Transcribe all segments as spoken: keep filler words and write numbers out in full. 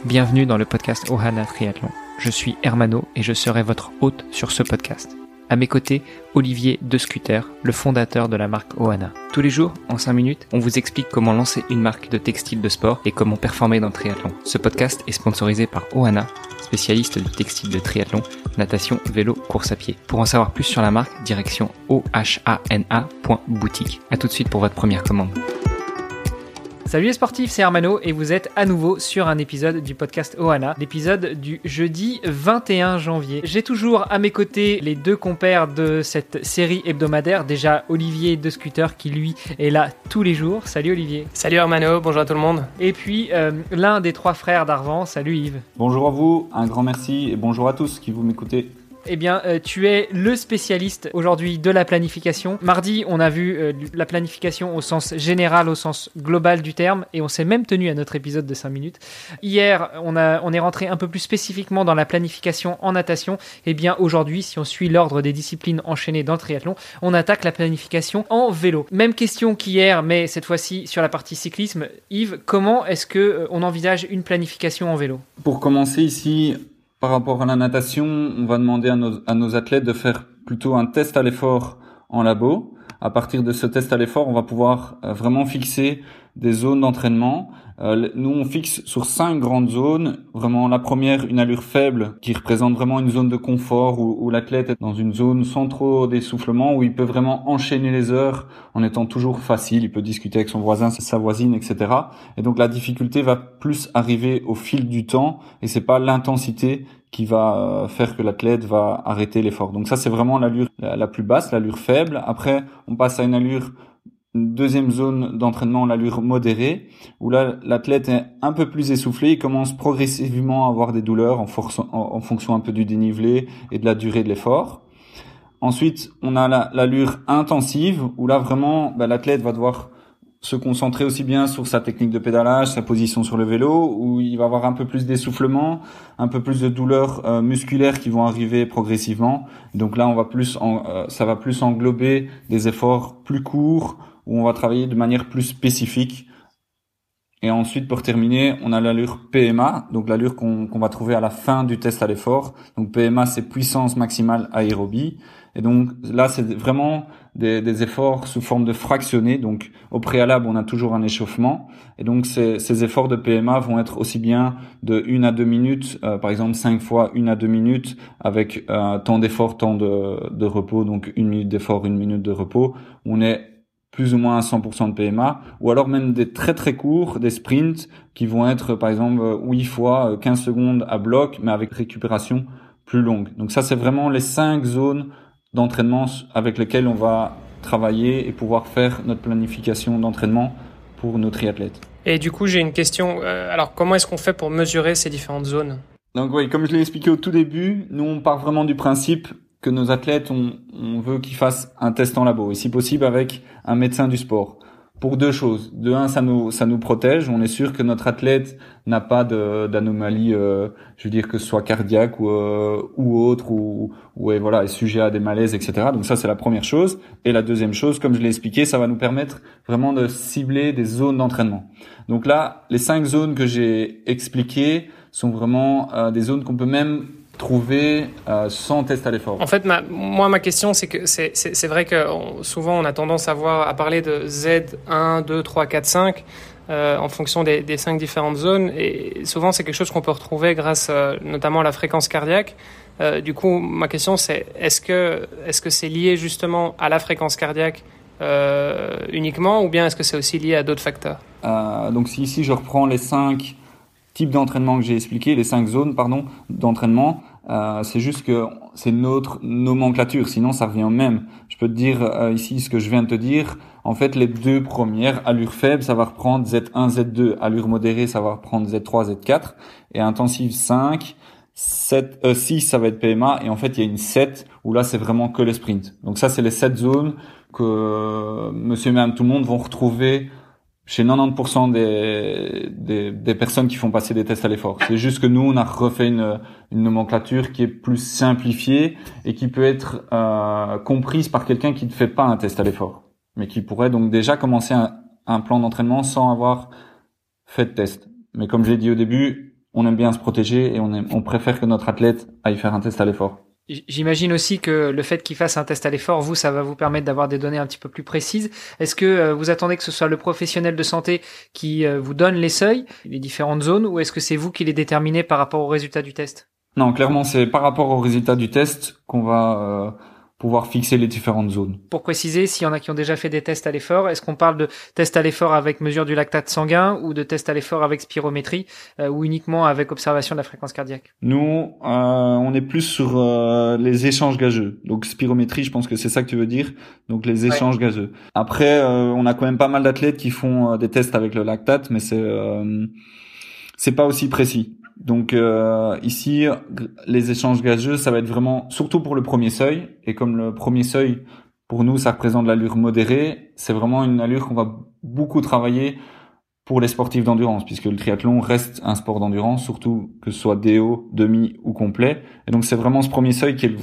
Bienvenue dans le podcast Ohana Triathlon. Je suis Hermano et je serai votre hôte sur ce podcast. À mes côtés, Olivier Descuter, le fondateur de la marque Ohana. Tous les jours, en cinq minutes, on vous explique comment lancer une marque de textile de sport et comment performer dans le triathlon. Ce podcast est sponsorisé par Ohana, spécialiste du textile de triathlon, natation, vélo, course à pied. Pour en savoir plus sur la marque, direction ohana point boutique. À tout de suite pour votre première commande. Salut les sportifs, c'est Hermano et vous êtes à nouveau sur un épisode du podcast Ohana, l'épisode du jeudi vingt et un janvier. J'ai toujours à mes côtés les deux compères de cette série hebdomadaire, déjà Olivier Descuter qui lui est là tous les jours. Salut Olivier. Salut Hermano, bonjour à tout le monde. Et puis euh, l'un des trois frères d'Arvan, salut Yves. Bonjour à vous, un grand merci et bonjour à tous qui vous m'écoutez. Eh bien, euh, tu es le spécialiste aujourd'hui de la planification. Mardi, on a vu euh, la planification au sens général, au sens global du terme, et on s'est même tenu à notre épisode de cinq minutes. Hier, on, a, on est rentré un peu plus spécifiquement dans la planification en natation. Eh bien, aujourd'hui, si on suit l'ordre des disciplines enchaînées dans le triathlon, on attaque la planification en vélo. Même question qu'hier, mais cette fois-ci sur la partie cyclisme. Yves, comment est-ce que euh, on envisage une planification en vélo ? Pour commencer ici, par rapport à la natation, on va demander à nos, à nos athlètes de faire plutôt un test à l'effort en labo. À partir de ce test à l'effort, on va pouvoir euh, vraiment fixer des zones d'entraînement. Euh, nous, on fixe sur cinq grandes zones. Vraiment, la première, une allure faible qui représente vraiment une zone de confort où, où l'athlète est dans une zone sans trop d'essoufflement, où il peut vraiment enchaîner les heures en étant toujours facile. Il peut discuter avec son voisin, sa voisine, et cetera. Et donc, la difficulté va plus arriver au fil du temps et c'est pas l'intensité qui va faire que l'athlète va arrêter l'effort. Donc ça, c'est vraiment l'allure la plus basse, l'allure faible. Après, on passe à une allure, une deuxième zone d'entraînement, l'allure modérée, où là, l'athlète est un peu plus essoufflé. Il commence progressivement à avoir des douleurs en, force, en, en fonction un peu du dénivelé et de la durée de l'effort. Ensuite, on a la, l'allure intensive, où là, vraiment, bah, l'athlète va devoir se concentrer aussi bien sur sa technique de pédalage, sa position sur le vélo, où il va avoir un peu plus d'essoufflement, un peu plus de douleurs euh, musculaires qui vont arriver progressivement. Donc là, on va plus, en, euh, ça va plus englober des efforts plus courts, où on va travailler de manière plus spécifique. Et ensuite, pour terminer, on a l'allure P M A, donc l'allure qu'on, qu'on va trouver à la fin du test à l'effort. Donc P M A, c'est puissance maximale aérobie. Et donc là, c'est vraiment des, des efforts sous forme de fractionnés. Donc au préalable, on a toujours un échauffement. Et donc ces, ces efforts de P M A vont être aussi bien de une à deux minutes, euh, par exemple cinq fois une à deux minutes, avec euh, temps d'effort, temps de, de repos, donc une minute d'effort, une minute de repos. On est plus ou moins à cent pour cent de P M A, ou alors même des très très courts, des sprints qui vont être par exemple huit fois quinze secondes à bloc, mais avec récupération plus longue. Donc ça, c'est vraiment les cinq zones d'entraînement avec lesquelles on va travailler et pouvoir faire notre planification d'entraînement pour nos triathlètes. Et du coup, j'ai une question. Euh, alors, comment est-ce qu'on fait pour mesurer ces différentes zones ? Donc oui, comme je l'ai expliqué au tout début, nous on part vraiment du principe que nos athlètes, on, on veut qu'ils fassent un test en labo, et si possible avec un médecin du sport. Pour deux choses. De un, ça nous ça nous protège. On est sûr que notre athlète n'a pas de d'anomalie, euh, je veux dire que ce soit cardiaque ou euh, ou autre, ou ou est, voilà, est sujet à des malaises, et cetera. Donc ça, c'est la première chose. Et la deuxième chose, comme je l'ai expliqué, ça va nous permettre vraiment de cibler des zones d'entraînement. Donc là, les cinq zones que j'ai expliquées sont vraiment euh, des zones qu'on peut même trouver euh, sans test à l'effort. En fait, ma, moi, ma question, c'est que c'est, c'est, c'est vrai que on, souvent, on a tendance à, voir, à parler de Z un, deux, trois, quatre, cinq euh, en fonction des, des cinq différentes zones. Et souvent, c'est quelque chose qu'on peut retrouver grâce euh, notamment à la fréquence cardiaque. Euh, du coup, ma question, c'est est-ce que, est-ce que c'est lié justement à la fréquence cardiaque euh, uniquement, ou bien est-ce que c'est aussi lié à d'autres facteurs ? euh, Donc, si ici, je reprends les cinq types d'entraînement que j'ai expliqué, les cinq zones, pardon, d'entraînement, euh, c'est juste que c'est notre nomenclature, sinon ça revient au même. Je peux te dire euh, ici ce que je viens de te dire. En fait, les deux premières, allure faible, ça va reprendre Z un, Z deux. Allure modérée, ça va reprendre Z trois, Z quatre. Et intensive cinq, sept, euh, six, ça va être P M A. Et en fait, il y a une sept où là, c'est vraiment que les sprints. Donc ça, c'est les sept zones que euh, monsieur et madame tout le monde vont retrouver chez quatre-vingt-dix pour cent des, des, des personnes qui font passer des tests à l'effort. C'est juste que nous, on a refait une, une nomenclature qui est plus simplifiée et qui peut être euh, comprise par quelqu'un qui ne fait pas un test à l'effort, mais qui pourrait donc déjà commencer un, un plan d'entraînement sans avoir fait de test. Mais comme je l'ai dit au début, on aime bien se protéger et on, aime, on préfère que notre athlète aille faire un test à l'effort. J'imagine aussi que le fait qu'il fasse un test à l'effort, vous, ça va vous permettre d'avoir des données un petit peu plus précises. Est-ce que euh, vous attendez que ce soit le professionnel de santé qui euh, vous donne les seuils, les différentes zones, ou est-ce que c'est vous qui les déterminez par rapport aux résultats du test? Non, clairement, c'est par rapport aux résultats du test qu'on va euh, pouvoir fixer les différentes zones. Pour préciser, s'il y en a qui ont déjà fait des tests à l'effort, est-ce qu'on parle de tests à l'effort avec mesure du lactate sanguin ou de tests à l'effort avec spirométrie euh, ou uniquement avec observation de la fréquence cardiaque? Nous, euh, on est plus sur euh, les échanges gazeux. Donc spirométrie, je pense que c'est ça que tu veux dire. Donc les échanges ouais. gazeux. Après, euh, on a quand même pas mal d'athlètes qui font euh, des tests avec le lactate, mais c'est euh, c'est pas aussi précis. Donc euh, ici, les échanges gazeux, ça va être vraiment surtout pour le premier seuil. Et comme le premier seuil, pour nous, ça représente l'allure modérée, c'est vraiment une allure qu'on va beaucoup travailler pour les sportifs d'endurance, puisque le triathlon reste un sport d'endurance, surtout que ce soit D O, demi ou complet. Et donc c'est vraiment ce premier seuil qui est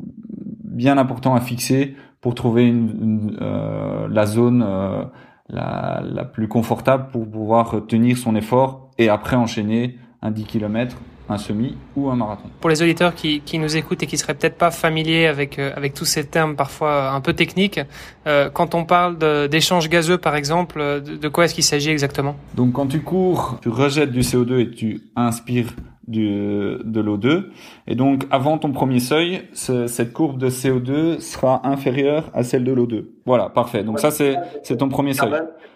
bien important à fixer pour trouver une, une, euh, la zone euh, la, la plus confortable pour pouvoir tenir son effort et après enchaîner un dix kilomètres, un semi ou un marathon. Pour les auditeurs qui, qui nous écoutent et qui seraient peut-être pas familiers avec euh, avec tous ces termes parfois un peu techniques, euh, quand on parle de, d'échanges gazeux par exemple, de, de quoi est-ce qu'il s'agit exactement? Donc quand tu cours, tu rejettes du C O deux et tu inspires du, de l'O deux. Et donc avant ton premier seuil, ce, cette courbe de C O deux sera inférieure à celle de l'O deux. Voilà, parfait. Donc ça c'est c'est ton premier seuil.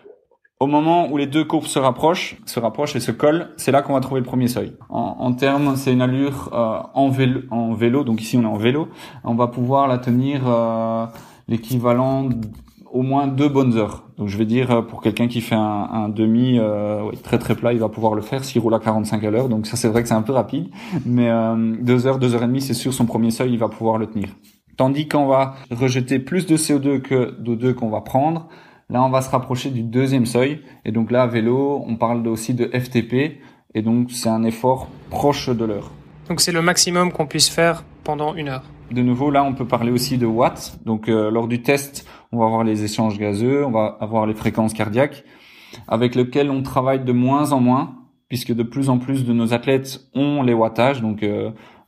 Au moment où les deux courbes se rapprochent, se rapprochent et se collent, c'est là qu'on va trouver le premier seuil. En, en termes, c'est une allure euh, en, vélo, en vélo. Donc ici, on est en vélo. On va pouvoir la tenir euh, l'équivalent au moins deux bonnes heures. Donc je vais dire pour quelqu'un qui fait un, un demi euh, ouais, très très plat, il va pouvoir le faire s'il roule à quarante-cinq à l'heure. Donc ça, c'est vrai que c'est un peu rapide, mais euh, deux heures, deux heures et demie, c'est sûr, son premier seuil, il va pouvoir le tenir. Tandis qu'on va rejeter plus de C O deux que d'O deux qu'on va prendre. Là, on va se rapprocher du deuxième seuil. Et donc là, à vélo, on parle aussi de F T P. Et donc, c'est un effort proche de l'heure. Donc, c'est le maximum qu'on puisse faire pendant une heure. De nouveau, là, on peut parler aussi de watts. Donc, euh, lors du test, on va avoir les échanges gazeux, on va avoir les fréquences cardiaques, avec lesquelles on travaille de moins en moins, puisque de plus en plus de nos athlètes ont les wattages, donc euh,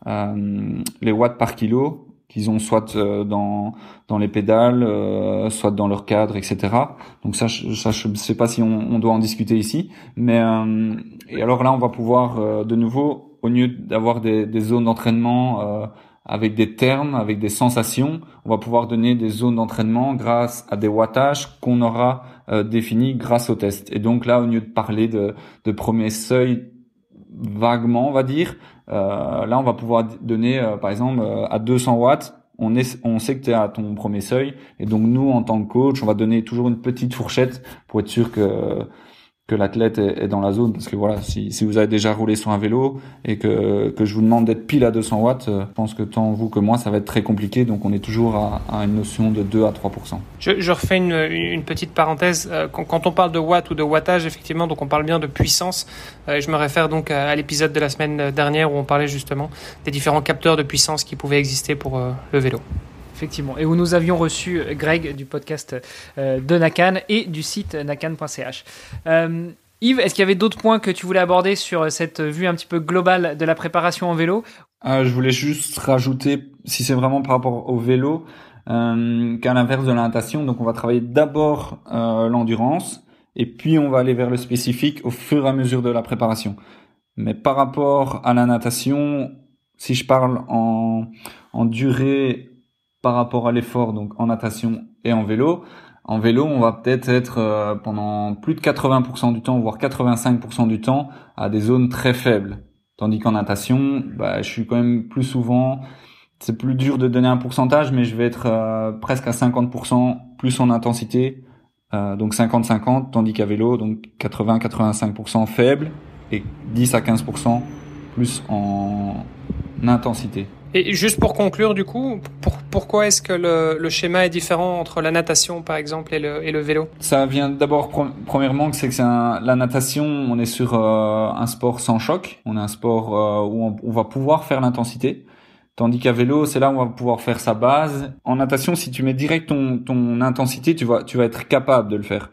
euh, les watts par kilo, qu'ils ont soit euh, dans dans les pédales, euh, soit dans leur cadre, et cetera. Donc ça, je, ça, je sais pas si on, on doit en discuter ici, mais euh, et alors là, on va pouvoir euh, de nouveau, au lieu d'avoir des, des zones d'entraînement euh, avec des termes, avec des sensations, on va pouvoir donner des zones d'entraînement grâce à des wattages qu'on aura euh, définis grâce au test. Et donc là, au lieu de parler de, de premier seuil vaguement, on va dire, euh, là on va pouvoir donner euh, par exemple euh, à deux cents watts, on est on sait que tu es à ton premier seuil, et donc nous en tant que coach, on va donner toujours une petite fourchette pour être sûr que que l'athlète est, est dans la zone, parce que voilà, si si vous avez déjà roulé sur un vélo et que que je vous demande d'être pile à deux cents watts, euh, je pense que tant vous que moi ça va être très compliqué, donc on est toujours à, à une notion de deux à trois pour cent. Je, je refais une, une petite parenthèse. Quand, quand on parle de watts ou de wattage, effectivement, donc on parle bien de puissance. Euh, je me réfère donc à, à l'épisode de la semaine dernière où on parlait justement des différents capteurs de puissance qui pouvaient exister pour euh, le vélo. Effectivement, et où nous avions reçu Greg du podcast euh, de Nakan et du site nakan point c h. Euh, Yves, est-ce qu'il y avait d'autres points que tu voulais aborder sur cette vue un petit peu globale de la préparation en vélo? euh, Je voulais juste rajouter, si c'est vraiment par rapport au vélo, euh, qu'à l'inverse de la natation, donc on va travailler d'abord euh, l'endurance, et puis on va aller vers le spécifique au fur et à mesure de la préparation. Mais par rapport à la natation, si je parle en, en durée par rapport à l'effort, donc en natation et en vélo. En vélo, on va peut-être être euh, pendant plus de quatre-vingts pour cent du temps, voire quatre-vingt-cinq pour cent du temps, à des zones très faibles. Tandis qu'en natation, bah, je suis quand même plus souvent, c'est plus dur de donner un pourcentage, mais je vais être euh, presque à cinquante pour cent plus en intensité, euh, donc cinquante cinquante, tandis qu'à vélo, donc quatre-vingts à quatre-vingt-cinq pour cent faible et dix à quinze pour cent plus en intensité. Et juste pour conclure, du coup, pour, pourquoi est-ce que le, le schéma est différent entre la natation, par exemple, et le, et le vélo? Ça vient d'abord, pre- premièrement, que c'est que c'est un, la natation, on est sur euh, un sport sans choc. On est un sport euh, où on, on va pouvoir faire l'intensité. Tandis qu'à vélo, c'est là où on va pouvoir faire sa base. En natation, si tu mets direct ton, ton intensité, tu vas, tu vas être capable de le faire.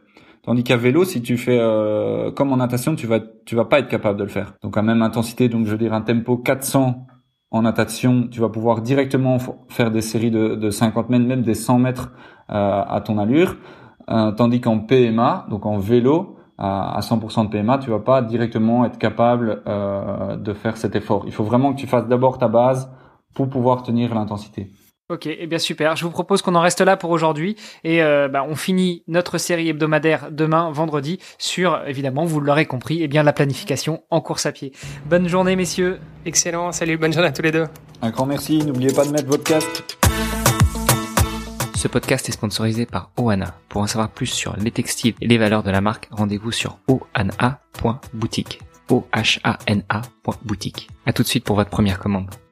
Tandis qu'à vélo, si tu fais euh, comme en natation, tu vas tu vas pas être capable de le faire. Donc à même intensité, donc je veux dire un tempo quatre cents en natation, tu vas pouvoir directement f- faire des séries de, de cinquante mètres, même des cent mètres euh, à ton allure. Euh, tandis qu'en P M A, donc en vélo, à, à cent pour cent de P M A, tu vas pas directement être capable euh, de faire cet effort. Il faut vraiment que tu fasses d'abord ta base pour pouvoir tenir l'intensité. Ok, eh bien super. Je vous propose qu'on en reste là pour aujourd'hui et euh, bah, on finit notre série hebdomadaire demain, vendredi, sur, évidemment, vous l'aurez compris, eh bien la planification en course à pied. Bonne journée, messieurs. Excellent, salut, bonne journée à tous les deux. Un grand merci, n'oubliez pas de mettre votre casque. Ce podcast est sponsorisé par Ohana. Pour en savoir plus sur les textiles et les valeurs de la marque, rendez-vous sur ohana point boutique. O H A N A point boutique. À tout de suite pour votre première commande.